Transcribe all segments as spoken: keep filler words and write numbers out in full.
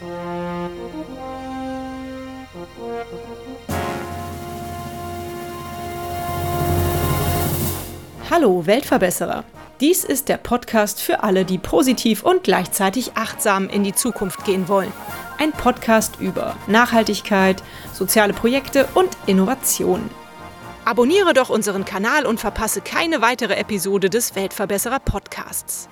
Hallo Weltverbesserer! Dies ist der Podcast für alle, die positiv und gleichzeitig achtsam in die Zukunft gehen wollen. Ein Podcast über Nachhaltigkeit, soziale Projekte und Innovationen. Abonniere doch unseren Kanal und verpasse keine weitere Episode des Weltverbesserer Podcasts.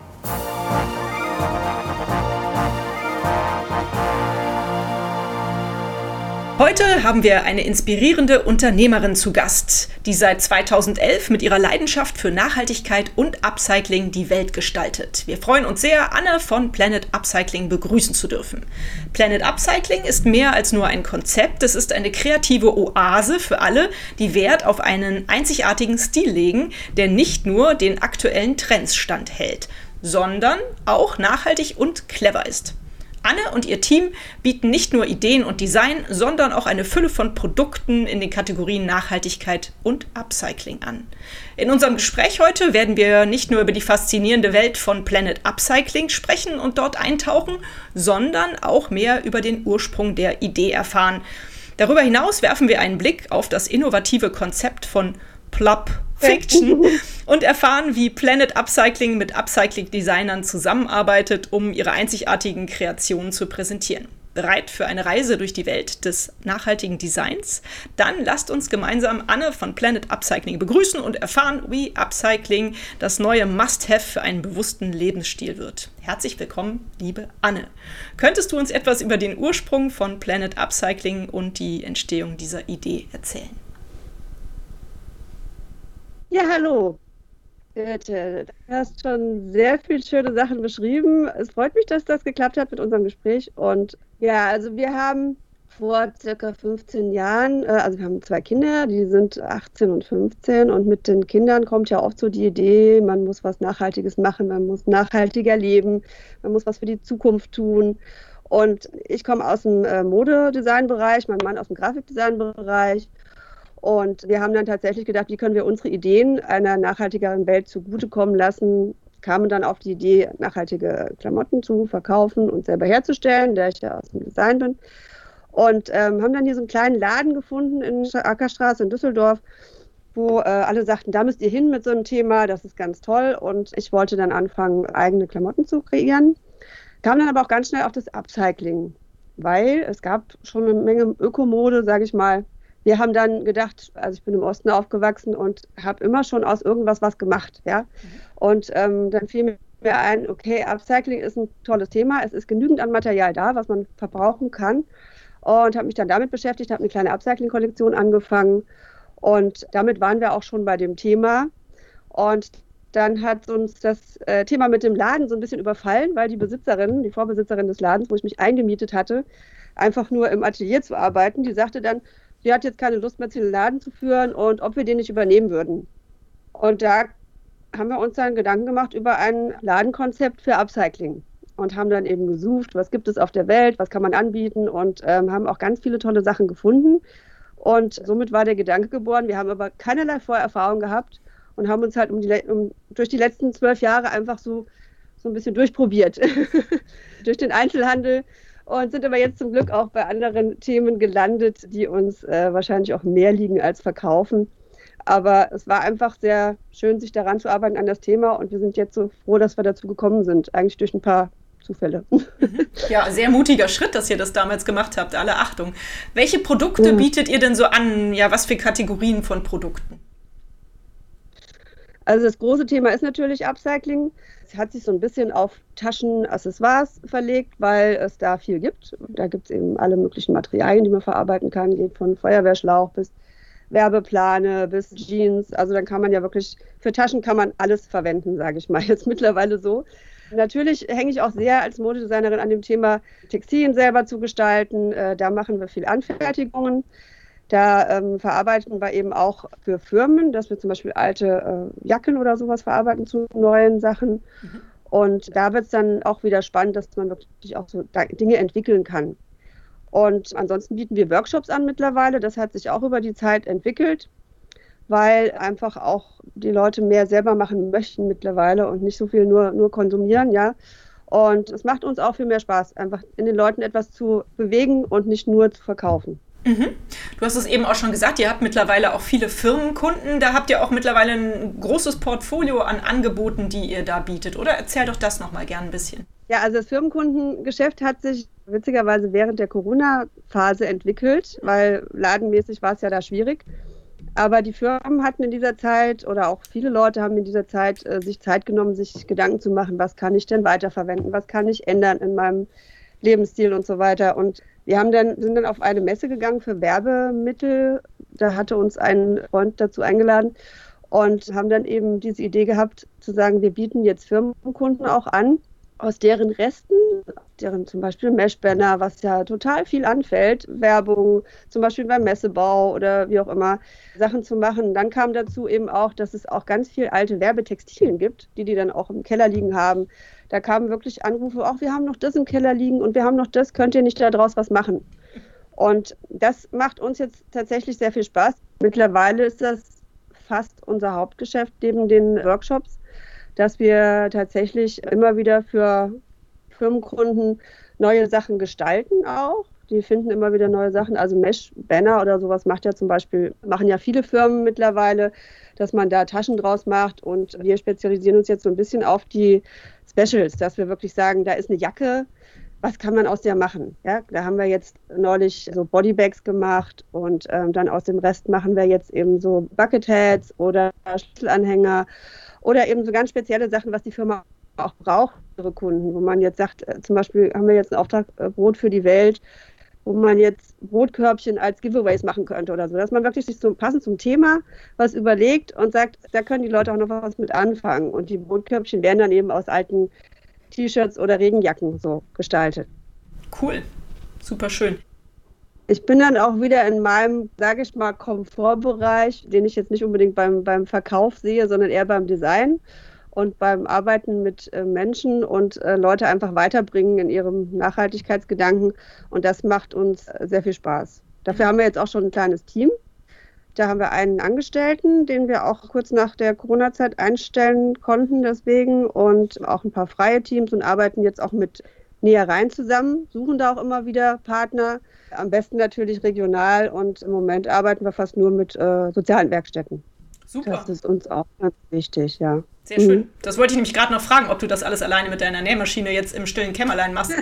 Heute haben wir eine inspirierende Unternehmerin zu Gast, die seit zweitausendelf mit ihrer Leidenschaft für Nachhaltigkeit und Upcycling die Welt gestaltet. Wir freuen uns sehr, Anne von Planet Upcycling begrüßen zu dürfen. Planet Upcycling ist mehr als nur ein Konzept, es ist eine kreative Oase für alle, die Wert auf einen einzigartigen Stil legen, der nicht nur den aktuellen Trends standhält, sondern auch nachhaltig und clever ist. Anne und ihr Team bieten nicht nur Ideen und Design, sondern auch eine Fülle von Produkten in den Kategorien Nachhaltigkeit und Upcycling an. In unserem Gespräch heute werden wir nicht nur über die faszinierende Welt von Planet Upcycling sprechen und dort eintauchen, sondern auch mehr über den Ursprung der Idee erfahren. Darüber hinaus werfen wir einen Blick auf das innovative Konzept von Plop Fiction und erfahren, wie Planet Upcycling mit Upcycling-Designern zusammenarbeitet, um ihre einzigartigen Kreationen zu präsentieren. Bereit für eine Reise durch die Welt des nachhaltigen Designs? Dann lasst uns gemeinsam Anne von Planet Upcycling begrüßen und erfahren, wie Upcycling das neue Must-Have für einen bewussten Lebensstil wird. Herzlich willkommen, liebe Anne. Könntest du uns etwas über den Ursprung von Planet Upcycling und die Entstehung dieser Idee erzählen? Ja, hallo. Birte, du hast schon sehr viele schöne Sachen beschrieben. Es freut mich, dass das geklappt hat mit unserem Gespräch. Und ja, also wir haben vor circa fünfzehn Jahren, äh, also wir haben zwei Kinder, die sind achtzehn und fünfzehn. Und mit den Kindern kommt ja oft so die Idee, man muss was Nachhaltiges machen, man muss nachhaltiger leben, man muss was für die Zukunft tun. Und ich komme aus dem äh, Modedesign-Bereich, mein Mann aus dem Grafikdesign-Bereich. Und wir haben dann tatsächlich gedacht, wie können wir unsere Ideen einer nachhaltigeren Welt zugutekommen lassen, kamen dann auf die Idee, nachhaltige Klamotten zu verkaufen und selber herzustellen, da ich ja aus dem Design bin. Und ähm, haben dann hier so einen kleinen Laden gefunden in der Ackerstraße in Düsseldorf, wo äh, alle sagten, da müsst ihr hin mit so einem Thema, das ist ganz toll. Und ich wollte dann anfangen, eigene Klamotten zu kreieren. Kam dann aber auch ganz schnell auf das Upcycling, weil es gab schon eine Menge Ökomode, sage ich mal. Wir haben dann gedacht, also ich bin im Osten aufgewachsen und habe immer schon aus irgendwas was gemacht, ja. Mhm. Und ähm, dann fiel mir ein, okay, Upcycling ist ein tolles Thema. Es ist genügend an Material da, was man verbrauchen kann. Und habe mich dann damit beschäftigt, habe eine kleine Upcycling-Kollektion angefangen. Und damit waren wir auch schon bei dem Thema. Und dann hat uns das äh, Thema mit dem Laden so ein bisschen überfallen, weil die Besitzerin, die Vorbesitzerin des Ladens, wo ich mich eingemietet hatte, einfach nur im Atelier zu arbeiten, die sagte dann, sie hat jetzt keine Lust mehr, den Laden zu führen und ob wir den nicht übernehmen würden. Und da haben wir uns dann Gedanken gemacht über ein Ladenkonzept für Upcycling und haben dann eben gesucht, was gibt es auf der Welt, was kann man anbieten und ähm, haben auch ganz viele tolle Sachen gefunden. Und somit war der Gedanke geboren. Wir haben aber keinerlei Vorerfahrung gehabt und haben uns halt um die, um, durch die letzten zwölf Jahre einfach so, so ein bisschen durchprobiert. Durch den Einzelhandel. Und sind aber jetzt zum Glück auch bei anderen Themen gelandet, die uns äh, wahrscheinlich auch mehr liegen als verkaufen. Aber es war einfach sehr schön, sich daran zu arbeiten an das Thema. Und wir sind jetzt so froh, dass wir dazu gekommen sind. Eigentlich durch ein paar Zufälle. Ja, sehr mutiger Schritt, dass ihr das damals gemacht habt. Alle Achtung. Welche Produkte ja. bietet ihr denn so an? Ja, was für Kategorien von Produkten? Also das große Thema ist natürlich Upcycling. Es hat sich so ein bisschen auf Taschen, Accessoires verlegt, weil es da viel gibt. Da gibt es eben alle möglichen Materialien, die man verarbeiten kann. Geht von Feuerwehrschlauch bis Werbeplane bis Jeans. Also dann kann man ja wirklich, für Taschen kann man alles verwenden, sage ich mal jetzt mittlerweile so. Natürlich hänge ich auch sehr als Modedesignerin an dem Thema, Textilien selber zu gestalten. Äh, da machen wir viel Anfertigungen. Da ähm, verarbeiten wir eben auch für Firmen, dass wir zum Beispiel alte äh, Jacken oder sowas verarbeiten zu neuen Sachen. Mhm. Und da wird es dann auch wieder spannend, dass man wirklich auch so Dinge entwickeln kann. Und ansonsten bieten wir Workshops an mittlerweile. Das hat sich auch über die Zeit entwickelt, weil einfach auch die Leute mehr selber machen möchten mittlerweile und nicht so viel nur, nur konsumieren, ja. Und es macht uns auch viel mehr Spaß, einfach in den Leuten etwas zu bewegen und nicht nur zu verkaufen. Mhm. Du hast es eben auch schon gesagt, ihr habt mittlerweile auch viele Firmenkunden. Da habt ihr auch mittlerweile ein großes Portfolio an Angeboten, die ihr da bietet. Oder erzähl doch das nochmal gern ein bisschen. Ja, also das Firmenkundengeschäft hat sich witzigerweise während der Corona-Phase entwickelt, weil ladenmäßig war es ja da schwierig. Aber die Firmen hatten in dieser Zeit oder auch viele Leute haben in dieser Zeit äh, sich Zeit genommen, sich Gedanken zu machen, was kann ich denn weiterverwenden, was kann ich ändern in meinem Lebensstil und so weiter. Und wir haben dann, sind dann auf eine Messe gegangen für Werbemittel. Da hatte uns ein Freund dazu eingeladen und haben dann eben diese Idee gehabt, zu sagen, wir bieten jetzt Firmenkunden auch an, aus deren Resten, deren zum Beispiel Meshbanner, was ja total viel anfällt, Werbung, zum Beispiel beim Messebau oder wie auch immer, Sachen zu machen. Dann kam dazu eben auch, dass es auch ganz viel alte Werbetextilien gibt, die die dann auch im Keller liegen haben. Da kamen wirklich Anrufe, auch wir haben noch das im Keller liegen und wir haben noch das, könnt ihr nicht daraus was machen? Und das macht uns jetzt tatsächlich sehr viel Spaß. Mittlerweile ist das fast unser Hauptgeschäft neben den Workshops, dass wir tatsächlich immer wieder für Firmenkunden neue Sachen gestalten auch. Die finden immer wieder neue Sachen. Also Mesh-Banner oder sowas macht ja zum Beispiel, machen ja viele Firmen mittlerweile, dass man da Taschen draus macht. Und wir spezialisieren uns jetzt so ein bisschen auf die Specials, dass wir wirklich sagen, da ist eine Jacke, was kann man aus der machen? Ja, da haben wir jetzt neulich so Bodybags gemacht und ähm, dann aus dem Rest machen wir jetzt eben so Bucketheads oder Schlüsselanhänger oder eben so ganz spezielle Sachen, was die Firma auch braucht, ihre Kunden, wo man jetzt sagt, äh, zum Beispiel haben wir jetzt einen Auftrag äh, Brot für die Welt, wo man jetzt Brotkörbchen als Giveaways machen könnte oder so, dass man wirklich sich so passend zum Thema was überlegt und sagt, da können die Leute auch noch was mit anfangen und die Brotkörbchen werden dann eben aus alten T-Shirts oder Regenjacken so gestaltet. Cool, super schön. Ich bin dann auch wieder in meinem, sage ich mal, Komfortbereich, den ich jetzt nicht unbedingt beim, beim Verkauf sehe, sondern eher beim Design und beim Arbeiten mit äh, Menschen und äh, Leute einfach weiterbringen in ihrem Nachhaltigkeitsgedanken. Und das macht uns äh, sehr viel Spaß. Dafür haben wir jetzt auch schon ein kleines Team. Da haben wir einen Angestellten, den wir auch kurz nach der Corona-Zeit einstellen konnten deswegen und auch ein paar freie Teams und arbeiten jetzt auch mit Nähereien zusammen, suchen da auch immer wieder Partner, am besten natürlich regional und im Moment arbeiten wir fast nur mit äh, sozialen Werkstätten. Super. Das ist uns auch ganz wichtig, ja. Sehr schön. Mhm. Das wollte ich nämlich gerade noch fragen, ob du das alles alleine mit deiner Nähmaschine jetzt im stillen Kämmerlein machst.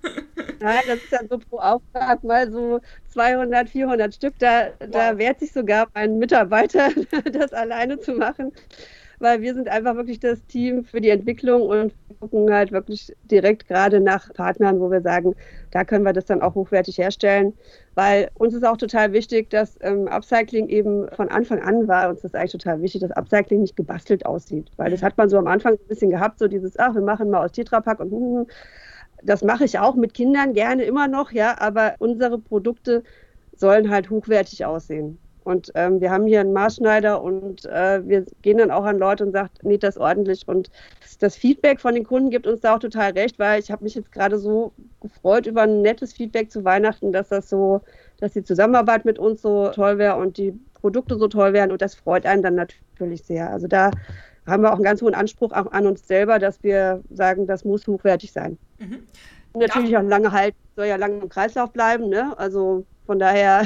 Nein, das ist dann so pro Auftrag mal so zweihundert, vierhundert Stück. Da, wow. Da wehrt sich sogar mein Mitarbeiter, das alleine zu machen, weil wir sind einfach wirklich das Team für die Entwicklung und gucken halt wirklich direkt gerade nach Partnern, wo wir sagen, da können wir das dann auch hochwertig herstellen, weil uns ist auch total wichtig, dass ähm, Upcycling eben von Anfang an war, uns ist eigentlich total wichtig, dass Upcycling nicht gebastelt aussieht, weil das hat man so am Anfang ein bisschen gehabt, so dieses, ach, wir machen mal aus Tetrapack und hm, das mache ich auch mit Kindern gerne immer noch, ja, aber unsere Produkte sollen halt hochwertig aussehen. Und ähm, wir haben hier einen Maßschneider und äh, wir gehen dann auch an Leute und sagen, näht das ordentlich. Und das Feedback von den Kunden gibt uns da auch total recht, weil ich habe mich jetzt gerade so gefreut über ein nettes Feedback zu Weihnachten, dass das so, dass die Zusammenarbeit mit uns so toll wäre und die Produkte so toll wären. Und das freut einen dann natürlich sehr. Also da haben wir auch einen ganz hohen Anspruch auch an uns selber, dass wir sagen, das muss hochwertig sein. Mhm. Und natürlich auch lange halten, soll ja lange im Kreislauf bleiben, ne? Also von daher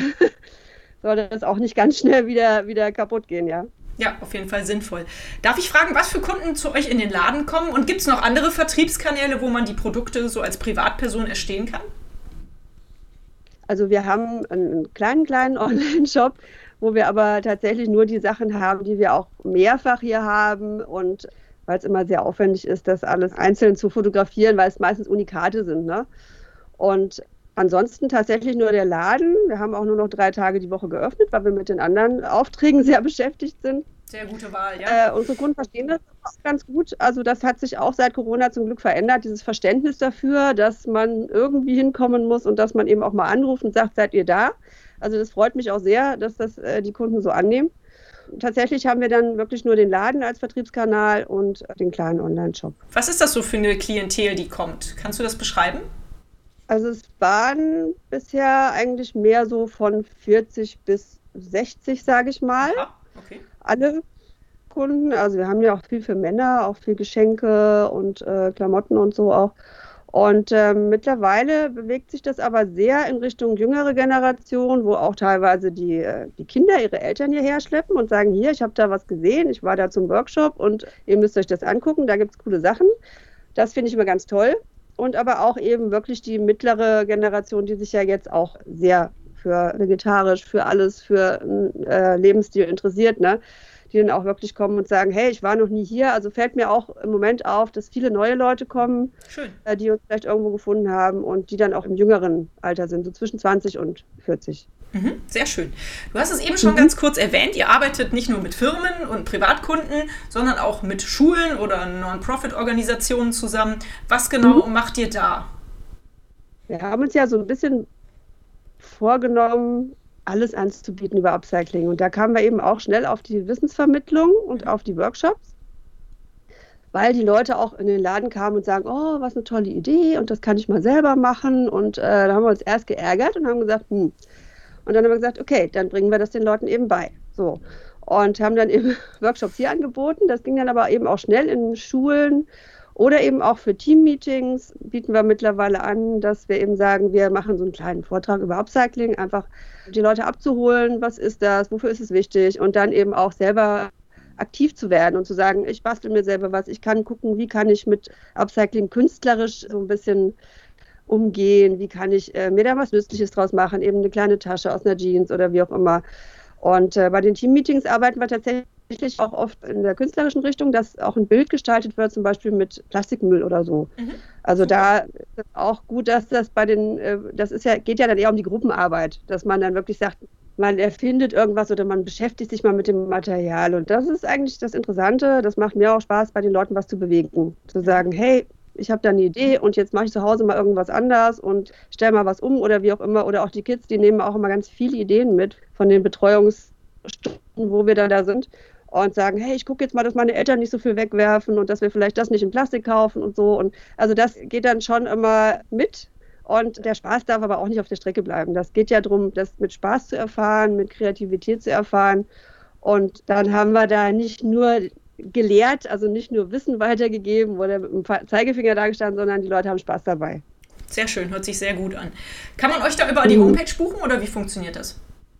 soll das auch nicht ganz schnell wieder, wieder kaputt gehen, ja. Ja, auf jeden Fall sinnvoll. Darf ich fragen, was für Kunden zu euch in den Laden kommen? Und gibt es noch andere Vertriebskanäle, wo man die Produkte so als Privatperson erstehen kann? Also wir haben einen kleinen, kleinen Online-Shop, wo wir aber tatsächlich nur die Sachen haben, die wir auch mehrfach hier haben und weil es immer sehr aufwendig ist, das alles einzeln zu fotografieren, weil es meistens Unikate sind, ne? Und ansonsten tatsächlich nur der Laden. Wir haben auch nur noch drei Tage die Woche geöffnet, weil wir mit den anderen Aufträgen sehr beschäftigt sind. Sehr gute Wahl, ja. Äh, unsere Kunden verstehen das auch ganz gut. Also das hat sich auch seit Corona zum Glück verändert, dieses Verständnis dafür, dass man irgendwie hinkommen muss und dass man eben auch mal anruft und sagt, seid ihr da? Also das freut mich auch sehr, dass das äh, die Kunden so annehmen. Tatsächlich haben wir dann wirklich nur den Laden als Vertriebskanal und den kleinen Online-Shop. Was ist das so für eine Klientel, die kommt? Kannst du das beschreiben? Also es waren bisher eigentlich mehr so von vierzig bis sechzig, sage ich mal. Aha, okay. Alle Kunden. Also wir haben ja auch viel für Männer, auch viel Geschenke und äh, Klamotten und so auch. Und ähm, mittlerweile bewegt sich das aber sehr in Richtung jüngere Generation, wo auch teilweise die, äh, die Kinder ihre Eltern hierher schleppen und sagen, hier, ich habe da was gesehen, ich war da zum Workshop und ihr müsst euch das angucken, da gibt es coole Sachen. Das finde ich immer ganz toll. Und aber auch eben wirklich die mittlere Generation, die sich ja jetzt auch sehr für vegetarisch, für alles, für äh, Lebensstil interessiert, ne? Die dann auch wirklich kommen und sagen, hey, ich war noch nie hier. Also fällt mir auch im Moment auf, dass viele neue Leute kommen, Schön. äh, die uns vielleicht irgendwo gefunden haben und die dann auch im jüngeren Alter sind, so zwischen zwanzig und vierzig. Mhm, sehr schön. Du hast es eben schon Mhm. ganz kurz erwähnt, ihr arbeitet nicht nur mit Firmen und Privatkunden, sondern auch mit Schulen oder Non-Profit-Organisationen zusammen. Was genau Mhm. macht ihr da? Wir haben uns ja so ein bisschen vorgenommen, alles anzubieten über Upcycling. Und da kamen wir eben auch schnell auf die Wissensvermittlung und auf die Workshops, weil die Leute auch in den Laden kamen und sagen, oh, was eine tolle Idee und das kann ich mal selber machen. Und äh, da haben wir uns erst geärgert und haben gesagt, hm. Und dann haben wir gesagt, okay, dann bringen wir das den Leuten eben bei. So. Und haben dann eben Workshops hier angeboten. Das ging dann aber eben auch schnell in Schulen oder eben auch für Teammeetings bieten wir mittlerweile an, dass wir eben sagen, wir machen so einen kleinen Vortrag über Upcycling, einfach die Leute abzuholen, was ist das, wofür ist es wichtig und dann eben auch selber aktiv zu werden und zu sagen, ich bastel mir selber was, ich kann gucken, wie kann ich mit Upcycling künstlerisch so ein bisschen umgehen, wie kann ich äh, mir da was Nützliches draus machen, eben eine kleine Tasche aus einer Jeans oder wie auch immer. Und äh, bei den Teammeetings arbeiten wir tatsächlich auch oft in der künstlerischen Richtung, dass auch ein Bild gestaltet wird, zum Beispiel mit Plastikmüll oder so. Mhm. Also Super. da ist es auch gut, dass das bei den, äh, das ist ja, geht ja dann eher um die Gruppenarbeit, dass man dann wirklich sagt, man erfindet irgendwas oder man beschäftigt sich mal mit dem Material. Und das ist eigentlich das Interessante. Das macht mir auch Spaß, bei den Leuten was zu bewegen. Zu sagen, hey, ich habe da eine Idee und jetzt mache ich zu Hause mal irgendwas anders und stelle mal was um oder wie auch immer. Oder auch die Kids, die nehmen auch immer ganz viele Ideen mit von den Betreuungsstunden, wo wir dann da sind und sagen, hey, ich gucke jetzt mal, dass meine Eltern nicht so viel wegwerfen und dass wir vielleicht das nicht in Plastik kaufen und so. Und also das geht dann schon immer mit. Und der Spaß darf aber auch nicht auf der Strecke bleiben. Das geht ja darum, das mit Spaß zu erfahren, mit Kreativität zu erfahren. Und dann haben wir da nicht nur gelehrt, also nicht nur Wissen weitergegeben oder mit dem Zeigefinger dargestanden, sondern die Leute haben Spaß dabei. Sehr schön, hört sich sehr gut an. Kann man euch da über die Homepage buchen oder wie funktioniert das?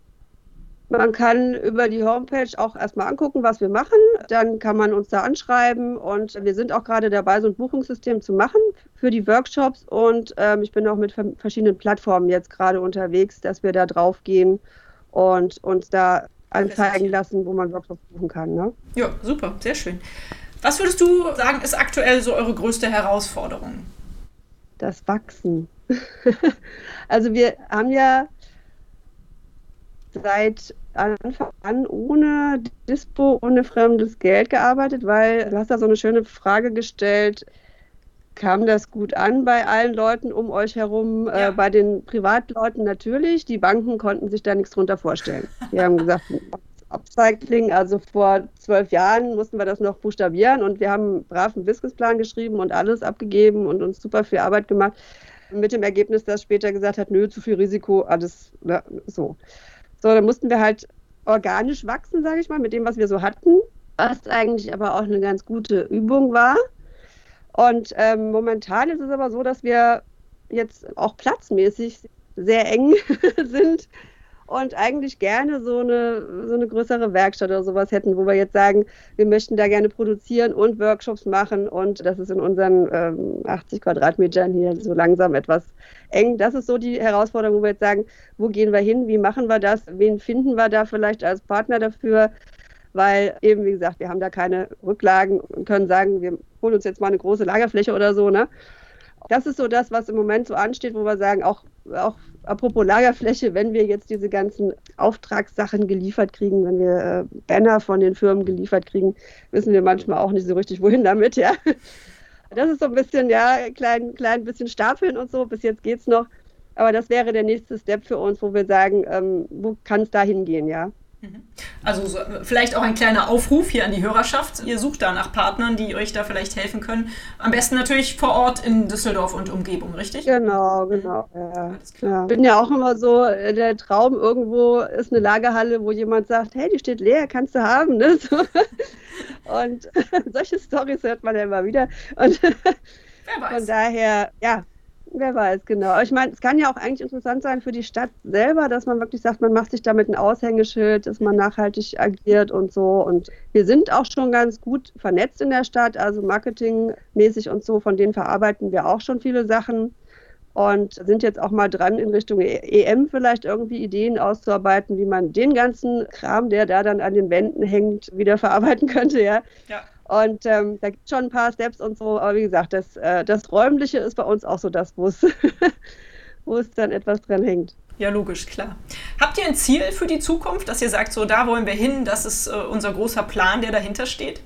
Man kann über die Homepage auch erstmal angucken, was wir machen. Dann kann man uns da anschreiben und wir sind auch gerade dabei, so ein Buchungssystem zu machen für die Workshops und ähm, ich bin auch mit verschiedenen Plattformen jetzt gerade unterwegs, dass wir da drauf gehen und uns da anzeigen lassen, wo man Workshops buchen kann. Ne? Ja, super, sehr schön. Was würdest du sagen, ist aktuell so eure größte Herausforderung? Das Wachsen. Also wir haben ja seit Anfang an ohne Dispo, ohne fremdes Geld gearbeitet, weil du hast da so eine schöne Frage gestellt, kam das gut an bei allen Leuten um euch herum? Ja. Äh, bei den Privatleuten natürlich, die Banken konnten sich da nichts drunter vorstellen. Die haben gesagt, Upcycling, also vor zwölf Jahren mussten wir das noch buchstabieren und wir haben einen braven Businessplan geschrieben und alles abgegeben und uns super viel Arbeit gemacht, mit dem Ergebnis, dass später gesagt hat, nö, zu viel Risiko, alles na, so. So, dann mussten wir halt organisch wachsen, sage ich mal, mit dem, was wir so hatten, was eigentlich aber auch eine ganz gute Übung war. Und ähm, momentan ist es aber so, dass wir jetzt auch platzmäßig sehr eng sind und eigentlich gerne so eine, so eine größere Werkstatt oder sowas hätten, wo wir jetzt sagen, wir möchten da gerne produzieren und Workshops machen und das ist in unseren ähm, achtzig Quadratmetern hier so langsam etwas eng. Das ist so die Herausforderung, wo wir jetzt sagen, wo gehen wir hin, wie machen wir das, wen finden wir da vielleicht als Partner dafür, weil eben, wie gesagt, wir haben da keine Rücklagen und können sagen, wir holen uns jetzt mal eine große Lagerfläche oder so, ne? Das ist so das, was im Moment so ansteht, wo wir sagen, auch, auch apropos Lagerfläche, wenn wir jetzt diese ganzen Auftragssachen geliefert kriegen, wenn wir äh, Banner von den Firmen geliefert kriegen, wissen wir manchmal auch nicht so richtig, wohin damit, ja. Das ist so ein bisschen, ja, klein, klein bisschen stapeln und so, bis jetzt geht's noch. Aber das wäre der nächste Step für uns, wo wir sagen, ähm, wo kann es da hingehen, ja. Also so, vielleicht auch ein kleiner Aufruf hier an die Hörerschaft. Ihr sucht da nach Partnern, die euch da vielleicht helfen können. Am besten natürlich vor Ort in Düsseldorf und Umgebung, richtig? Genau, genau. Ja. Ja. Ich bin ja auch immer so, der Traum, irgendwo ist eine Lagerhalle, wo jemand sagt, hey, die steht leer, kannst du haben. Ne? So. Und solche Storys hört man ja immer wieder. Und Wer weiß. Von daher, ja, wer weiß, genau. Aber ich meine, es kann ja auch eigentlich interessant sein für die Stadt selber, dass man wirklich sagt, man macht sich damit ein Aushängeschild, dass man nachhaltig agiert und so. Und wir sind auch schon ganz gut vernetzt in der Stadt, also marketingmäßig und so, von denen verarbeiten wir auch schon viele Sachen. Und sind jetzt auch mal dran, in Richtung E M vielleicht irgendwie Ideen auszuarbeiten, wie man den ganzen Kram, der da dann an den Wänden hängt, wieder verarbeiten könnte, ja. Ja. Und ähm, da gibt es schon ein paar Steps und so, aber wie gesagt, das, äh, das Räumliche ist bei uns auch so das, wo es wo es dann etwas dran hängt. Ja, logisch, klar. Habt ihr ein Ziel für die Zukunft, dass ihr sagt, so da wollen wir hin, das ist äh, unser großer Plan, der dahinter steht?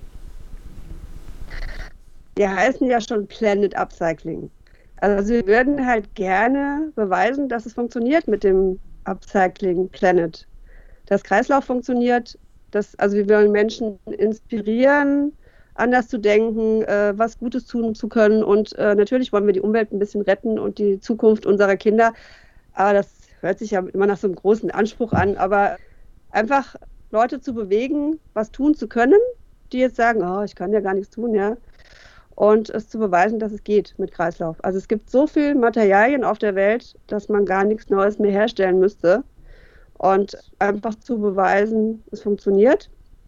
Wir heißen ja schon Planet Upcycling. Also wir würden halt gerne beweisen, dass es funktioniert mit dem Upcycling Planet. Dass Kreislauf funktioniert, dass, also wir wollen Menschen inspirieren, anders zu denken, äh, was Gutes tun zu können und äh, natürlich wollen wir die Umwelt ein bisschen retten und die Zukunft unserer Kinder. Aber das hört sich ja immer nach so einem großen Anspruch an, aber einfach Leute zu bewegen, was tun zu können, die jetzt sagen, oh, ich kann ja gar nichts tun, ja. Und es zu beweisen, dass es geht mit Kreislauf. Also es gibt so viele Materialien auf der Welt, dass man gar nichts Neues mehr herstellen müsste. Und einfach zu beweisen, es funktioniert.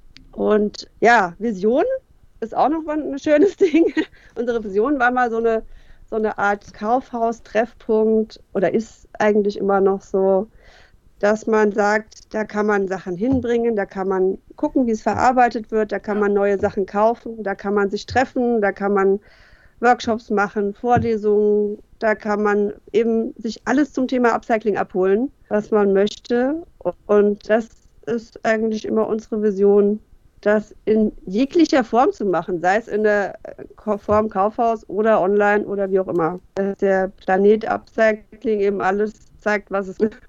Und ja, Vision ist auch noch ein schönes Ding. Unsere Vision war mal so eine, so eine Art Kaufhaus-Treffpunkt oder ist eigentlich immer noch so, dass man sagt, da kann man Sachen hinbringen, da kann man gucken, wie es verarbeitet wird, da kann man neue Sachen kaufen, da kann man sich treffen, da kann man Workshops machen, Vorlesungen, da kann man eben sich alles zum Thema Upcycling abholen, was man möchte. Und das ist eigentlich immer unsere Vision, das in jeglicher Form zu machen, sei es in der Form Kaufhaus oder online oder wie auch immer. Dass der Planet Upcycling eben alles zeigt, was es ist.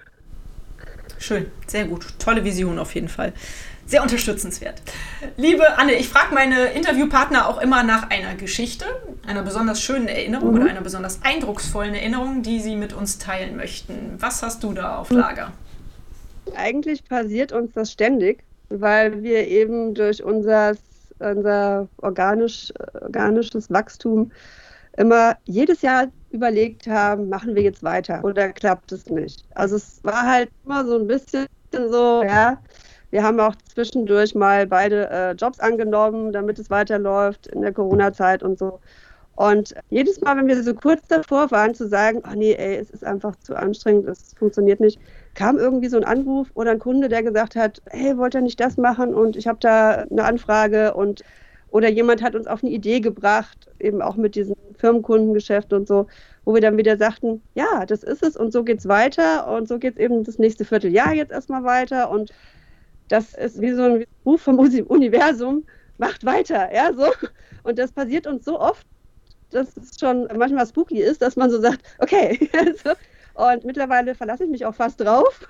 Schön, sehr gut. Tolle Vision auf jeden Fall. Sehr unterstützenswert. Liebe Anne, ich frage meine Interviewpartner auch immer nach einer Geschichte, einer besonders schönen Erinnerung mhm. oder einer besonders eindrucksvollen Erinnerung, die sie mit uns teilen möchten. Was hast du da auf Lager? Eigentlich passiert uns das ständig, weil wir eben durch unser, unser organisch, organisches Wachstum immer jedes Jahr überlegt haben, machen wir jetzt weiter oder klappt es nicht. Also es war halt immer so ein bisschen so, ja, wir haben auch zwischendurch mal beide äh, Jobs angenommen, damit es weiterläuft in der Corona-Zeit und so. Und jedes Mal, wenn wir so kurz davor waren zu sagen, ach nee, ey, es ist einfach zu anstrengend, es funktioniert nicht, kam irgendwie so ein Anruf oder ein Kunde, der gesagt hat, hey, wollt ihr nicht das machen und ich habe da eine Anfrage und oder jemand hat uns auf eine Idee gebracht, eben auch mit diesem Firmenkundengeschäft und so, wo wir dann wieder sagten, ja, das ist es und so geht's weiter und so geht's eben das nächste Vierteljahr jetzt erstmal weiter und das ist wie so ein Ruf vom Universum, macht weiter, ja, so. Und das passiert uns so oft, dass es schon manchmal spooky ist, dass man so sagt, okay, also, und mittlerweile verlasse ich mich auch fast drauf.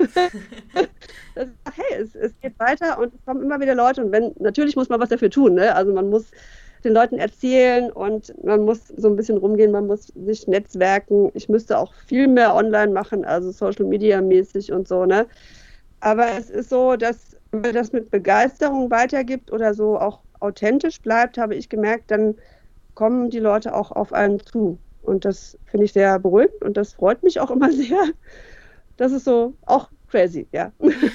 Das, hey, es, es geht weiter und es kommen immer wieder Leute und wenn, natürlich muss man was dafür tun, ne? Also man muss den Leuten erzählen und man muss so ein bisschen rumgehen, man muss sich netzwerken. Ich müsste auch viel mehr online machen, also Social Media mäßig und so, ne? Aber es ist so, dass wenn man das mit Begeisterung weitergibt oder so auch authentisch bleibt, habe ich gemerkt, dann kommen die Leute auch auf einen zu. Und das finde ich sehr beruhigend und das freut mich auch immer sehr. Das ist so auch crazy, ja.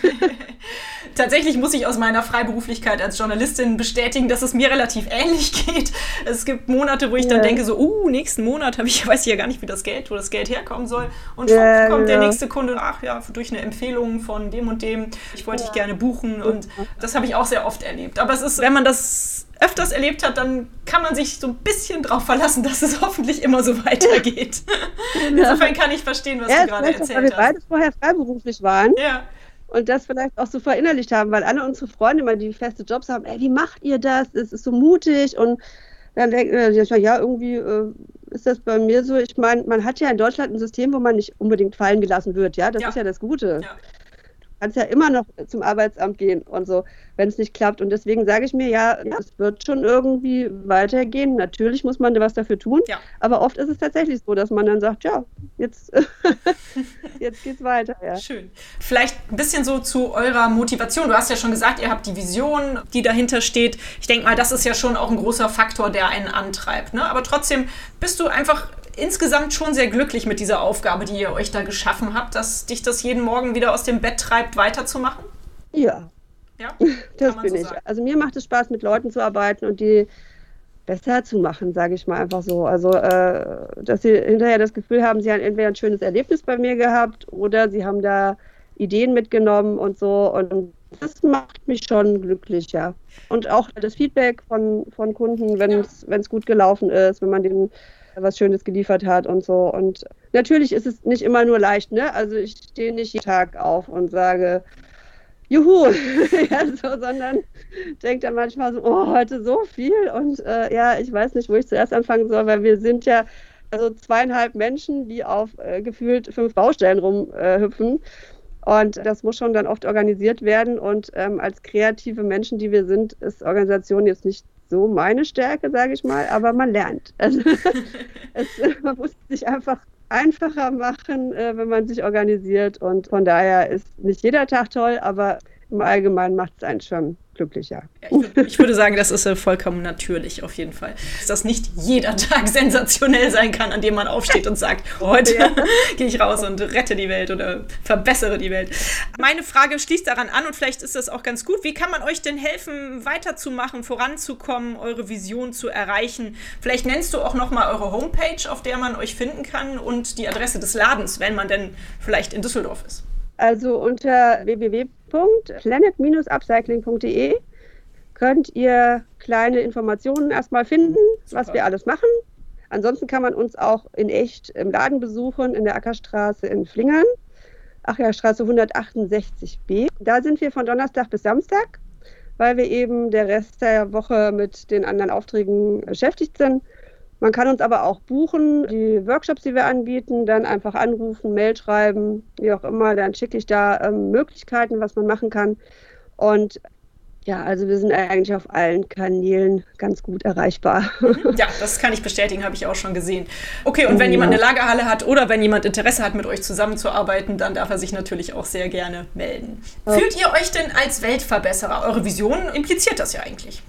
Tatsächlich muss ich aus meiner Freiberuflichkeit als Journalistin bestätigen, dass es mir relativ ähnlich geht. Es gibt Monate, wo ich ja. dann denke, so, uh, nächsten Monat habe ich, weiß ich ja gar nicht, wie das Geld, wo das Geld herkommen soll. Und ja, kommt ja. der nächste Kunde, ach ja, durch eine Empfehlung von dem und dem, ich wollte ja. dich gerne buchen. Und das habe ich auch sehr oft erlebt. Aber es ist, wenn man das öfters erlebt hat, dann kann man sich so ein bisschen drauf verlassen, dass es hoffentlich immer so weitergeht. Insofern kann ich verstehen, was ja, du gerade erzählt weil hast. Wir beide vorher freiberuflich waren. Ja. Und das vielleicht auch so verinnerlicht haben, weil alle unsere Freunde immer, die feste Jobs haben, ey, wie macht ihr das? Es ist so mutig. Und dann denken wir, ja, irgendwie äh, ist das bei mir so. Ich meine, man hat ja in Deutschland ein System, wo man nicht unbedingt fallen gelassen wird. Ja, das ja. ist ja das Gute. Ja. kannst ja immer noch zum Arbeitsamt gehen und so, wenn es nicht klappt. Und deswegen sage ich mir, ja, es wird schon irgendwie weitergehen. Natürlich muss man was dafür tun, Ja. aber oft ist es tatsächlich so, dass man dann sagt, ja, jetzt, jetzt geht's weiter. Ja. Schön. Vielleicht ein bisschen so zu eurer Motivation. Du hast ja schon gesagt, ihr habt die Vision, die dahinter steht. Ich denke mal, das ist ja schon auch ein großer Faktor, der einen antreibt. Ne? Aber trotzdem bist du einfach insgesamt schon sehr glücklich mit dieser Aufgabe, die ihr euch da geschaffen habt, dass dich das jeden Morgen wieder aus dem Bett treibt, weiterzumachen? Ja, ja? das bin so ich. Sagen. Also mir macht es Spaß, mit Leuten zu arbeiten und die besser zu machen, sage ich mal einfach so. Also, äh, dass sie hinterher das Gefühl haben, sie haben entweder ein schönes Erlebnis bei mir gehabt oder sie haben da Ideen mitgenommen und so. Und das macht mich schon glücklich, ja. Und auch das Feedback von, von Kunden, wenn es ja. gut gelaufen ist, wenn man denen was Schönes geliefert hat und so. Und natürlich ist es nicht immer nur leicht, ne? Also ich stehe nicht jeden Tag auf und sage, juhu, ja, so, sondern denke dann manchmal so, oh, heute so viel und äh, ja, ich weiß nicht, wo ich zuerst anfangen soll, weil wir sind ja also zweieinhalb Menschen, die auf äh, gefühlt fünf Baustellen rumhüpfen äh, und das muss schon dann oft organisiert werden und ähm, als kreative Menschen, die wir sind, ist Organisation jetzt nicht so meine Stärke, sage ich mal, aber man lernt. Also, es, man muss sich einfach einfacher machen, äh, wenn man sich organisiert und von daher ist nicht jeder Tag toll, aber im Allgemeinen macht es einen schon glücklicher. Ja, ich, würde, ich würde sagen, das ist äh, vollkommen natürlich auf jeden Fall. Dass nicht jeder Tag sensationell sein kann, an dem man aufsteht und sagt, heute ja. gehe ich raus und rette die Welt oder verbessere die Welt. Meine Frage schließt daran an und vielleicht ist das auch ganz gut. Wie kann man euch denn helfen, weiterzumachen, voranzukommen, eure Vision zu erreichen? Vielleicht nennst du auch nochmal eure Homepage, auf der man euch finden kann und die Adresse des Ladens, wenn man denn vielleicht in Düsseldorf ist. Also unter w w w punkt planet Bindestrich upcycling punkt d e könnt ihr kleine Informationen erstmal finden, Super. was wir alles machen. Ansonsten kann man uns auch in echt im Laden besuchen, in der Ackerstraße in Flingern, Ackerstraße hundertachtundsechzig b. Da sind wir von Donnerstag bis Samstag, weil wir eben der Rest der Woche mit den anderen Aufträgen beschäftigt sind. Man kann uns aber auch buchen, die Workshops, die wir anbieten, dann einfach anrufen, Mail schreiben, wie auch immer. Dann schicke ich da ähm, Möglichkeiten, was man machen kann. Und ja, also wir sind eigentlich auf allen Kanälen ganz gut erreichbar. Ja, das kann ich bestätigen, habe ich auch schon gesehen. Okay, und wenn ja. jemand eine Lagerhalle hat oder wenn jemand Interesse hat, mit euch zusammenzuarbeiten, dann darf er sich natürlich auch sehr gerne melden. Okay. Fühlt ihr euch denn als Weltverbesserer? Eure Vision impliziert das ja eigentlich.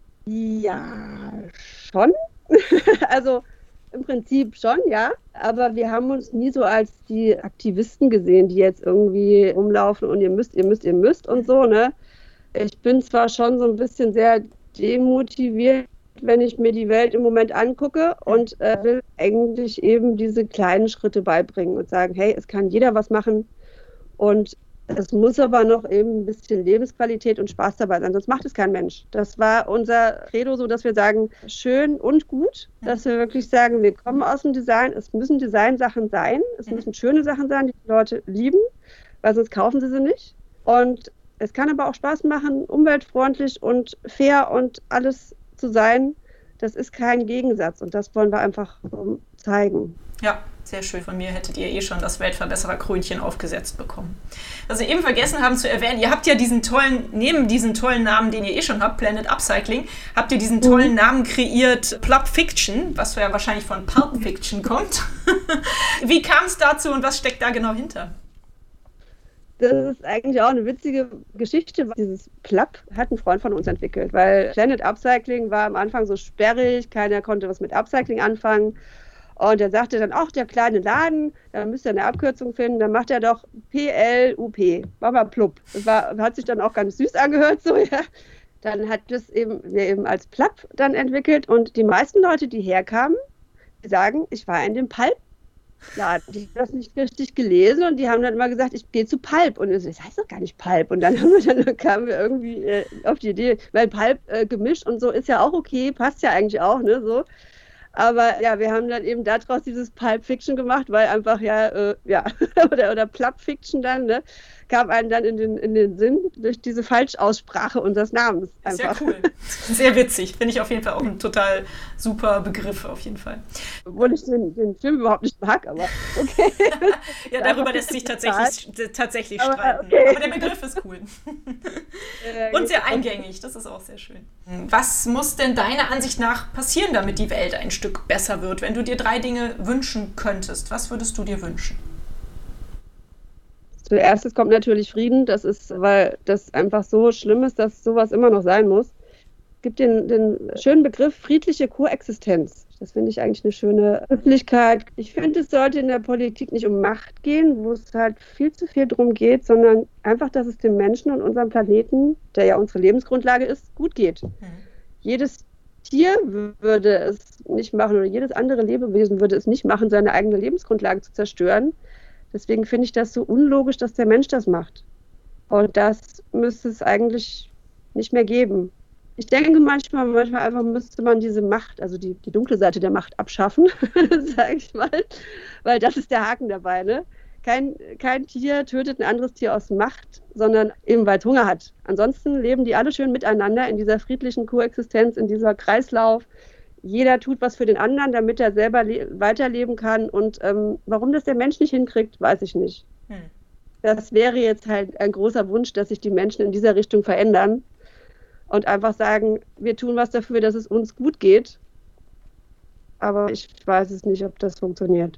Ja, schon. Also im Prinzip schon, ja. Aber wir haben uns nie so als die Aktivisten gesehen, die jetzt irgendwie rumlaufen und ihr müsst, ihr müsst, ihr müsst und so, ne? Ich bin zwar schon so ein bisschen sehr demotiviert, wenn ich mir die Welt im Moment angucke und äh, will eigentlich eben diese kleinen Schritte beibringen und sagen, hey, es kann jeder was machen und es muss aber noch eben ein bisschen Lebensqualität und Spaß dabei sein, sonst macht es kein Mensch. Das war unser Credo, so dass wir sagen, schön und gut, dass wir wirklich sagen, wir kommen aus dem Design, es müssen Designsachen sein, es müssen schöne Sachen sein, die die Leute lieben, weil sonst kaufen sie sie nicht. Und es kann aber auch Spaß machen, umweltfreundlich und fair und alles zu sein. Das ist kein Gegensatz und das wollen wir einfach um, zeigen. Ja, sehr schön. Von mir hättet ihr eh schon das Weltverbesserer-Krönchen aufgesetzt bekommen. Was wir eben vergessen haben zu erwähnen, ihr habt ja diesen tollen, neben diesen tollen Namen, den ihr eh schon habt, Planet Upcycling, habt ihr diesen tollen mhm. Namen kreiert, Pulp Fiction, was ja wahrscheinlich von Pulp Fiction kommt. Wie kam es dazu und was steckt da genau hinter? Das ist eigentlich auch eine witzige Geschichte. Dieses Plup hat ein Freund von uns entwickelt, weil Planet Upcycling war am Anfang so sperrig, keiner konnte was mit Upcycling anfangen. Und er sagte dann, ach, der kleine Laden, da müsst ihr eine Abkürzung finden, dann macht er doch P L U P, war mal Plup. Das war, hat sich dann auch ganz süß angehört, so, ja. Dann hat das eben, wir eben als Plup dann entwickelt und die meisten Leute, die herkamen, die sagen, ich war in dem Pulp. Ja, die haben das nicht richtig gelesen und die haben dann immer gesagt, ich gehe zu Pulp. Und ich so, das heißt doch gar nicht Pulp. Und dann, haben wir, dann kamen wir irgendwie äh, auf die Idee, weil Pulp äh, gemischt und so ist ja auch okay, passt ja eigentlich auch, ne, so. Aber ja, wir haben dann eben daraus dieses Pulp Fiction gemacht, weil einfach ja, äh, ja, oder, oder Plump Fiction dann, ne, kam einem dann in den, in den Sinn durch diese Falschaussprache unseres Namens einfach. Sehr cool. Sehr witzig. Finde ich auf jeden Fall auch ein total super Begriff, auf jeden Fall. Obwohl ich den, den Film überhaupt nicht mag, aber okay. Ja, darüber lässt sich tatsächlich, tatsächlich aber, streiten. okay. Aber der Begriff ist cool. Und sehr eingängig, das ist auch sehr schön. Was muss denn deiner Ansicht nach passieren, damit die Welt ein Stück besser wird? Wenn du dir drei Dinge wünschen könntest, was würdest du dir wünschen? Zuerst kommt natürlich Frieden, das ist, weil das einfach so schlimm ist, dass sowas immer noch sein muss. Es gibt den, den schönen Begriff friedliche Koexistenz. Das finde ich eigentlich eine schöne Öffentlichkeit. Ich finde, es sollte in der Politik nicht um Macht gehen, wo es halt viel zu viel drum geht, sondern einfach, dass es den Menschen und unserem Planeten, der ja unsere Lebensgrundlage ist, gut geht. Mhm. Jedes Tier würde es nicht machen oder jedes andere Lebewesen würde es nicht machen, seine eigene Lebensgrundlage zu zerstören. Deswegen finde ich das so unlogisch, dass der Mensch das macht. Und das müsste es eigentlich nicht mehr geben. Ich denke manchmal, manchmal einfach müsste man diese Macht, also die, die dunkle Seite der Macht abschaffen, sage ich mal, weil das ist der Haken dabei. Ne? Kein, kein Tier tötet ein anderes Tier aus Macht, sondern eben weil es Hunger hat. Ansonsten leben die alle schön miteinander in dieser friedlichen Koexistenz, in dieser Kreislauf. Jeder tut was für den anderen, damit er selber weiterleben kann. Und ähm, warum das der Mensch nicht hinkriegt, weiß ich nicht. Hm. Das wäre jetzt halt ein großer Wunsch, dass sich die Menschen in dieser Richtung verändern und einfach sagen, wir tun was dafür, dass es uns gut geht. Aber ich weiß es nicht, ob das funktioniert.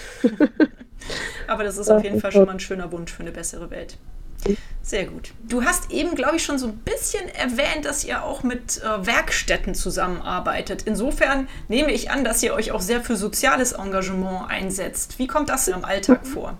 Aber das ist auf jeden Fall schon mal ein schöner Wunsch für eine bessere Welt. Sehr gut. Du hast eben, glaube ich, schon so ein bisschen erwähnt, dass ihr auch mit äh, Werkstätten zusammenarbeitet. Insofern nehme ich an, dass ihr euch auch sehr für soziales Engagement einsetzt. Wie kommt das im Alltag vor?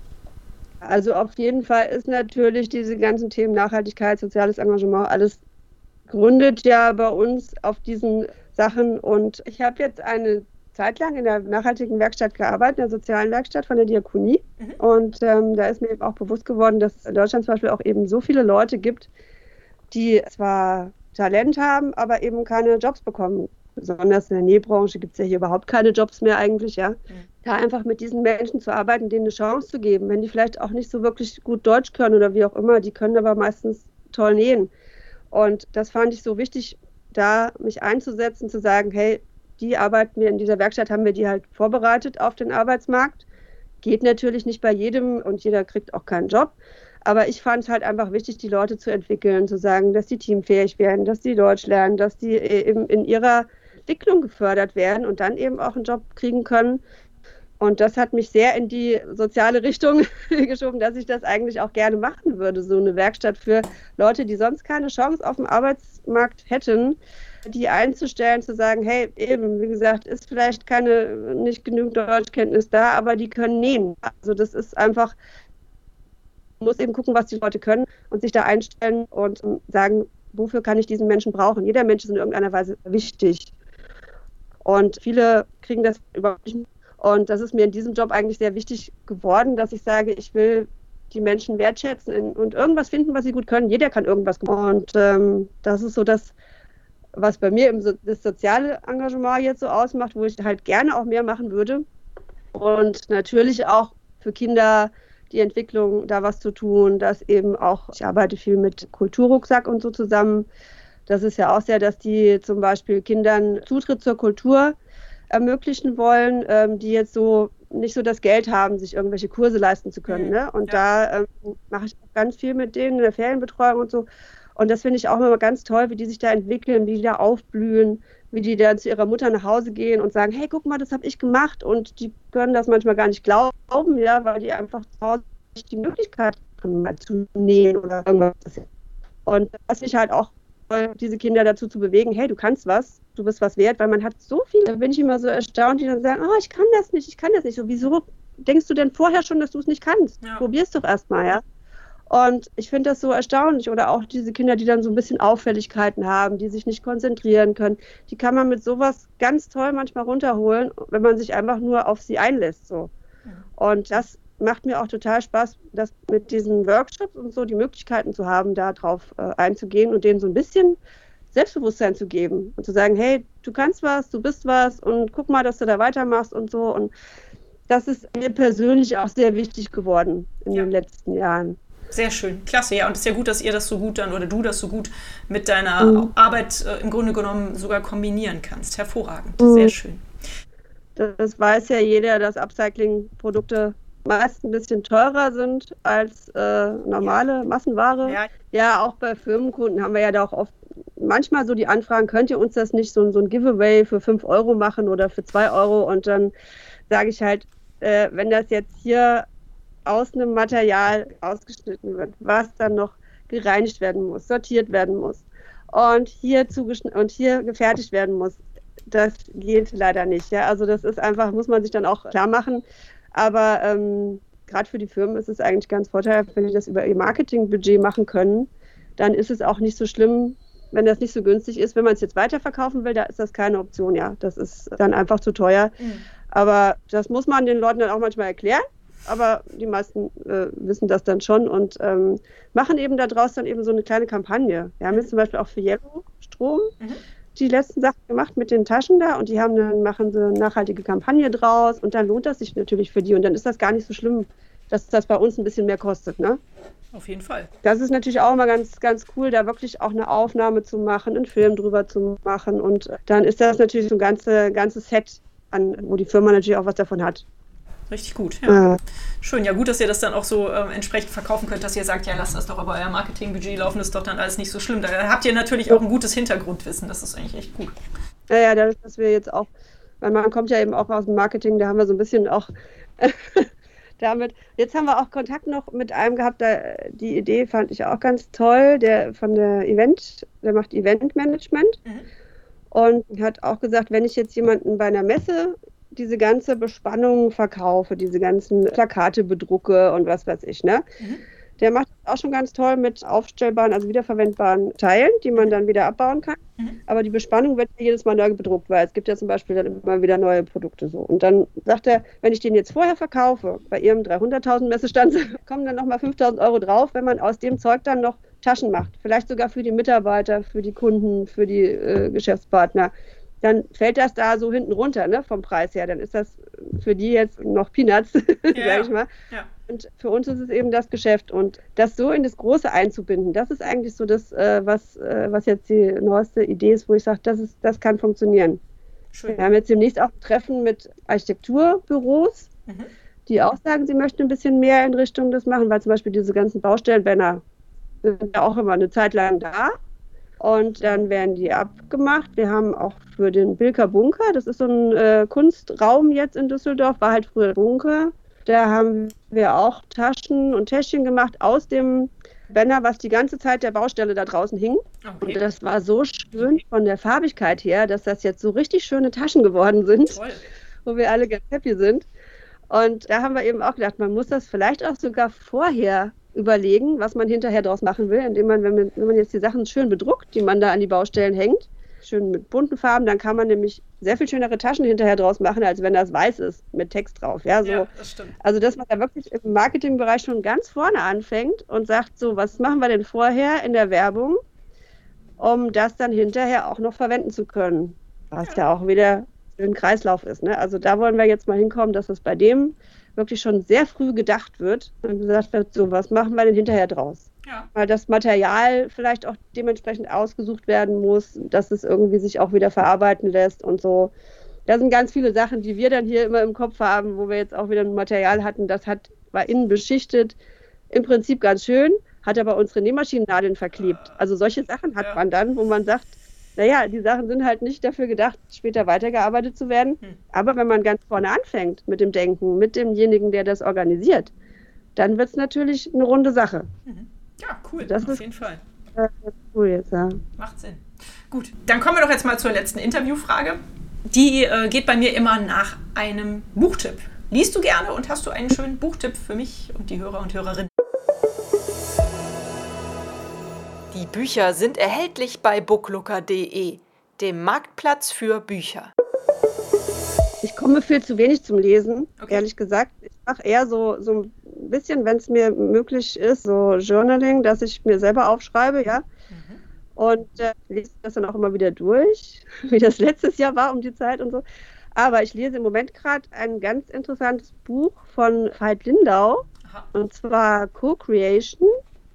Also auf jeden Fall ist natürlich diese ganzen Themen Nachhaltigkeit, soziales Engagement, alles gründet ja bei uns auf diesen Sachen. Und ich habe jetzt eine Zeit lang in der nachhaltigen Werkstatt gearbeitet, in der sozialen Werkstatt von der Diakonie. Mhm. Und ähm, da ist mir eben auch bewusst geworden, dass es in Deutschland zum Beispiel auch eben so viele Leute gibt, die zwar Talent haben, aber eben keine Jobs bekommen. Besonders in der Nähbranche gibt es ja hier überhaupt keine Jobs mehr eigentlich, ja. Mhm. Da einfach mit diesen Menschen zu arbeiten, denen eine Chance zu geben, wenn die vielleicht auch nicht so wirklich gut Deutsch können oder wie auch immer, die können aber meistens toll nähen. Und das fand ich so wichtig, da mich einzusetzen, zu sagen, hey, die arbeiten wir in dieser Werkstatt, haben wir die halt vorbereitet auf den Arbeitsmarkt. Geht natürlich nicht bei jedem und jeder kriegt auch keinen Job. Aber ich fand es halt einfach wichtig, die Leute zu entwickeln, zu sagen, dass die teamfähig werden, dass die Deutsch lernen, dass die eben in ihrer Entwicklung gefördert werden und dann eben auch einen Job kriegen können. Und das hat mich sehr in die soziale Richtung geschoben, dass ich das eigentlich auch gerne machen würde. So eine Werkstatt für Leute, die sonst keine Chance auf dem Arbeitsmarkt hätten, die einzustellen, zu sagen, hey, eben, wie gesagt, ist vielleicht keine, nicht genügend Deutschkenntnis da, aber die können nähen. Also das ist einfach, man muss eben gucken, was die Leute können und sich da einstellen und sagen, wofür kann ich diesen Menschen brauchen? Jeder Mensch ist in irgendeiner Weise wichtig. Und viele kriegen das überhaupt nicht. Und das ist mir in diesem Job eigentlich sehr wichtig geworden, dass ich sage, ich will die Menschen wertschätzen und irgendwas finden, was sie gut können. Jeder kann irgendwas. Und ähm, das ist so das, was bei mir im so, das soziale Engagement jetzt so ausmacht, wo ich halt gerne auch mehr machen würde. Und natürlich auch für Kinder die Entwicklung, da was zu tun, dass eben auch, ich arbeite viel mit Kulturrucksack und so zusammen. Das ist ja auch sehr, dass die zum Beispiel Kindern Zutritt zur Kultur ermöglichen wollen, ähm, die jetzt so nicht so das Geld haben, sich irgendwelche Kurse leisten zu können. Ne? Und ja. da ähm, mache ich ganz viel mit denen in der Ferienbetreuung und so. Und das finde ich auch immer ganz toll, wie die sich da entwickeln, wie die da aufblühen, wie die dann zu ihrer Mutter nach Hause gehen und sagen, hey, guck mal, das habe ich gemacht. Und die können das manchmal gar nicht glauben, ja, weil die einfach zu Hause nicht die Möglichkeit haben, mal zu nähen oder irgendwas. Und das finde ich halt auch toll, diese Kinder dazu zu bewegen, hey, du kannst was, du bist was wert, weil man hat so viel, da bin ich immer so erstaunt, die dann sagen, oh, ich kann das nicht, ich kann das nicht. So, wieso denkst du denn vorher schon, dass du es nicht kannst? Ja. Probier's doch erstmal, ja. Und ich finde das so erstaunlich. Oder auch diese Kinder, die dann so ein bisschen Auffälligkeiten haben, die sich nicht konzentrieren können, die kann man mit sowas ganz toll manchmal runterholen, wenn man sich einfach nur auf sie einlässt. So. Und das macht mir auch total Spaß, das mit diesen Workshops und so die Möglichkeiten zu haben, da drauf äh, einzugehen und denen so ein bisschen Selbstbewusstsein zu geben und zu sagen, hey, du kannst was, du bist was und guck mal, dass du da weitermachst und so. Und das ist mir persönlich auch sehr wichtig geworden in ja. den letzten Jahren. Sehr schön, klasse, ja. Und es ist ja gut, dass ihr das so gut dann oder du das so gut mit deiner mhm. Arbeit äh, im Grunde genommen sogar kombinieren kannst. Hervorragend, mhm. sehr schön. Das weiß ja jeder, dass Upcycling-Produkte meist ein bisschen teurer sind als äh, normale ja. Massenware. Ja. ja, auch bei Firmenkunden haben wir ja da auch oft manchmal so die Anfragen, könnt ihr uns das nicht so, so ein Giveaway für fünf Euro machen oder für zwei Euro? Und dann sage ich halt, äh, wenn das jetzt hier aus einem Material ausgeschnitten wird, was dann noch gereinigt werden muss, sortiert werden muss und hier zugeschnitten und hier gefertigt werden muss, das geht leider nicht. Ja? Also das ist einfach, muss man sich dann auch klar machen. Aber ähm, gerade für die Firmen ist es eigentlich ganz vorteilhaft, wenn die das über ihr Marketingbudget machen können, dann ist es auch nicht so schlimm, wenn das nicht so günstig ist. Wenn man es jetzt weiterverkaufen will, da ist das keine Option. Ja, das ist dann einfach zu teuer. Mhm. Aber das muss man den Leuten dann auch manchmal erklären. Aber die meisten äh, wissen das dann schon und ähm, machen eben daraus dann eben so eine kleine Kampagne. Wir haben jetzt zum Beispiel auch für Yellow Strom mhm. die letzten Sachen gemacht mit den Taschen da und die haben dann, machen sie eine nachhaltige Kampagne draus und dann lohnt das sich natürlich für die und dann ist das gar nicht so schlimm, dass das bei uns ein bisschen mehr kostet, ne? Auf jeden Fall. Das ist natürlich auch immer ganz, ganz cool, da wirklich auch eine Aufnahme zu machen, einen Film drüber zu machen und dann ist das natürlich so ein ganze, ganzes Set, an, wo die Firma natürlich auch was davon hat. Richtig gut, ja. Äh. Schön, ja gut, dass ihr das dann auch so äh, entsprechend verkaufen könnt, dass ihr sagt, ja, lasst das doch über euer Marketingbudget laufen, das ist doch dann alles nicht so schlimm. Da habt ihr natürlich auch ein gutes Hintergrundwissen, das ist eigentlich echt gut. Ja, ja, dadurch, dass wir jetzt auch, weil man kommt ja eben auch aus dem Marketing, da haben wir so ein bisschen auch damit, jetzt haben wir auch Kontakt noch mit einem gehabt, der, die Idee fand ich auch ganz toll, der von der Event, der macht Eventmanagement mhm. und hat auch gesagt, wenn ich jetzt jemanden bei einer Messe diese ganze Bespannung verkaufe, diese ganzen Plakate bedrucke und was weiß ich, ne? Mhm. Der macht das auch schon ganz toll mit aufstellbaren, also wiederverwendbaren Teilen, die man dann wieder abbauen kann. Mhm. Aber die Bespannung wird jedes Mal neu bedruckt, weil es gibt ja zum Beispiel dann immer wieder neue Produkte so. Und dann sagt er, wenn ich den jetzt vorher verkaufe, bei ihrem dreihunderttausend Messestand, kommen dann nochmal fünftausend Euro drauf, wenn man aus dem Zeug dann noch Taschen macht. Vielleicht sogar für die Mitarbeiter, für die Kunden, für die äh, Geschäftspartner. Dann fällt das da so hinten runter, ne, vom Preis her. Dann ist das für die jetzt noch Peanuts, ja, sage ich mal. Ja. Und für uns ist es eben das Geschäft. Und das so in das Große einzubinden, das ist eigentlich so das, äh, was, äh, was jetzt die neueste Idee ist, wo ich sage, das ist, das kann funktionieren. Schön. Wir haben jetzt demnächst auch ein Treffen mit Architekturbüros, mhm. die auch sagen, sie möchten ein bisschen mehr in Richtung das machen, weil zum Beispiel diese ganzen Baustellenbanner sind ja auch immer eine Zeit lang da. Und dann werden die abgemacht. Wir haben auch für den Bilker Bunker, das ist so ein äh, Kunstraum jetzt in Düsseldorf, war halt früher Bunker. Da haben wir auch Taschen und Täschchen gemacht aus dem Banner, was die ganze Zeit der Baustelle da draußen hing. Okay. Und das war so schön von der Farbigkeit her, dass das jetzt so richtig schöne Taschen geworden sind, toll. Wo wir alle ganz happy sind. Und da haben wir eben auch gedacht, man muss das vielleicht auch sogar vorher überlegen, was man hinterher daraus machen will, indem man, wenn man, wenn man jetzt die Sachen schön bedruckt, die man da an die Baustellen hängt, schön mit bunten Farben, dann kann man nämlich sehr viel schönere Taschen hinterher draus machen, als wenn das weiß ist, mit Text drauf. Ja, so. Ja, das stimmt. Also, dass man da wirklich im Marketingbereich schon ganz vorne anfängt und sagt, so, was machen wir denn vorher in der Werbung, um das dann hinterher auch noch verwenden zu können, was ja, ja auch wieder ein Kreislauf ist. Ne? Also da wollen wir jetzt mal hinkommen, dass es bei dem wirklich schon sehr früh gedacht wird und gesagt wird, so, was machen wir denn hinterher draus? Ja. Weil das Material vielleicht auch dementsprechend ausgesucht werden muss, dass es irgendwie sich auch wieder verarbeiten lässt und so. Da sind ganz viele Sachen, die wir dann hier immer im Kopf haben, wo wir jetzt auch wieder ein Material hatten, das hat, war innen beschichtet, im Prinzip ganz schön, hat aber unsere Nähmaschinennadeln verklebt. Also solche Sachen hat ja. man dann, wo man sagt, naja, die Sachen sind halt nicht dafür gedacht, später weitergearbeitet zu werden. Hm. Aber wenn man ganz vorne anfängt mit dem Denken, mit demjenigen, der das organisiert, dann wird es natürlich eine runde Sache. Ja, cool, das auf ist, jeden Fall. Das ist cool jetzt, ja. Macht Sinn. Gut, dann kommen wir doch jetzt mal zur letzten Interviewfrage. Die äh, geht bei mir immer nach einem Buchtipp. Liest du gerne und hast du einen schönen Buchtipp für mich und die Hörer und Hörerinnen? Die Bücher sind erhältlich bei booklooker punkt de, dem Marktplatz für Bücher. Ich komme viel zu wenig zum Lesen, okay. ehrlich gesagt. Ich mache eher so, so ein bisschen, wenn es mir möglich ist, so Journaling, dass ich mir selber aufschreibe, ja. Mhm. Und äh, lese das dann auch immer wieder durch, wie das letztes Jahr war um die Zeit und so. Aber ich lese im Moment gerade ein ganz interessantes Buch von Veit Lindau, Aha. und zwar Co-Creation.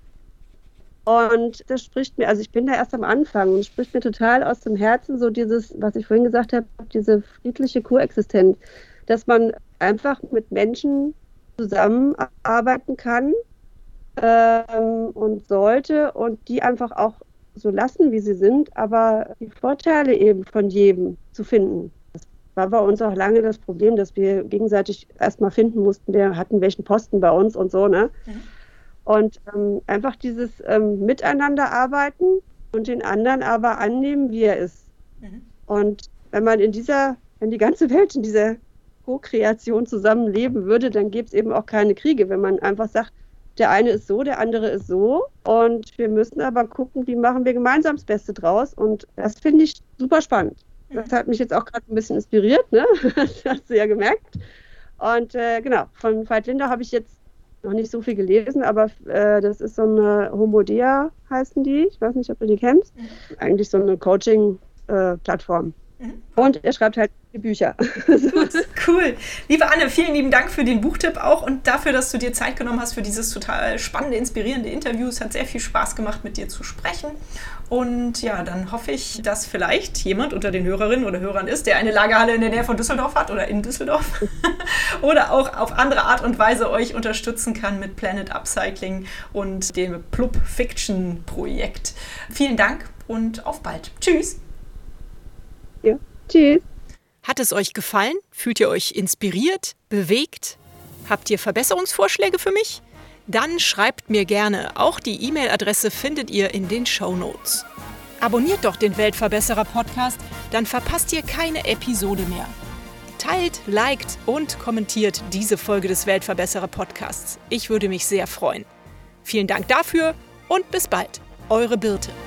Und das spricht mir, also ich bin da erst am Anfang und spricht mir total aus dem Herzen, so dieses, was ich vorhin gesagt habe, diese friedliche Koexistenz, dass man einfach mit Menschen zusammenarbeiten kann ähm, und sollte und die einfach auch so lassen, wie sie sind, aber die Vorteile eben von jedem zu finden. Das war bei uns auch lange das Problem, dass wir gegenseitig erstmal finden mussten, wer hatten welchen Posten bei uns und so, ne? Mhm. Und ähm, einfach dieses ähm, Miteinander arbeiten und den anderen aber annehmen, wie er ist. Mhm. Und wenn man in dieser, wenn die ganze Welt in dieser Co-Kreation zusammenleben würde, dann gäbe es eben auch keine Kriege, wenn man einfach sagt, der eine ist so, der andere ist so. Und wir müssen aber gucken, wie machen wir gemeinsam das Beste draus. Und das finde ich super spannend. Mhm. Das hat mich jetzt auch gerade ein bisschen inspiriert, ne? Das hast du ja gemerkt. Und äh, genau, von Veit Lindau habe ich jetzt noch nicht so viel gelesen, aber äh, das ist so eine Homodea, heißen die. Ich weiß nicht, ob du die kennst. Mhm. Eigentlich so eine Coaching-Plattform. Äh, mhm. Und er schreibt halt die Bücher. Gut, cool. Liebe Anne, vielen lieben Dank für den Buchtipp auch und dafür, dass du dir Zeit genommen hast für dieses total spannende, inspirierende Interview. Es hat sehr viel Spaß gemacht, mit dir zu sprechen. Und ja, dann hoffe ich, dass vielleicht jemand unter den Hörerinnen oder Hörern ist, der eine Lagerhalle in der Nähe von Düsseldorf hat oder in Düsseldorf oder auch auf andere Art und Weise euch unterstützen kann mit Planet Upcycling und dem Plub Fiction Projekt. Vielen Dank und auf bald. Tschüss. Ja, tschüss. Hat es euch gefallen? Fühlt ihr euch inspiriert, bewegt? Habt ihr Verbesserungsvorschläge für mich? Dann schreibt mir gerne. Auch die E-Mail-Adresse findet ihr in den Shownotes. Abonniert doch den Weltverbesserer-Podcast, dann verpasst ihr keine Episode mehr. Teilt, liked und kommentiert diese Folge des Weltverbesserer-Podcasts. Ich würde mich sehr freuen. Vielen Dank dafür und bis bald. Eure Birte.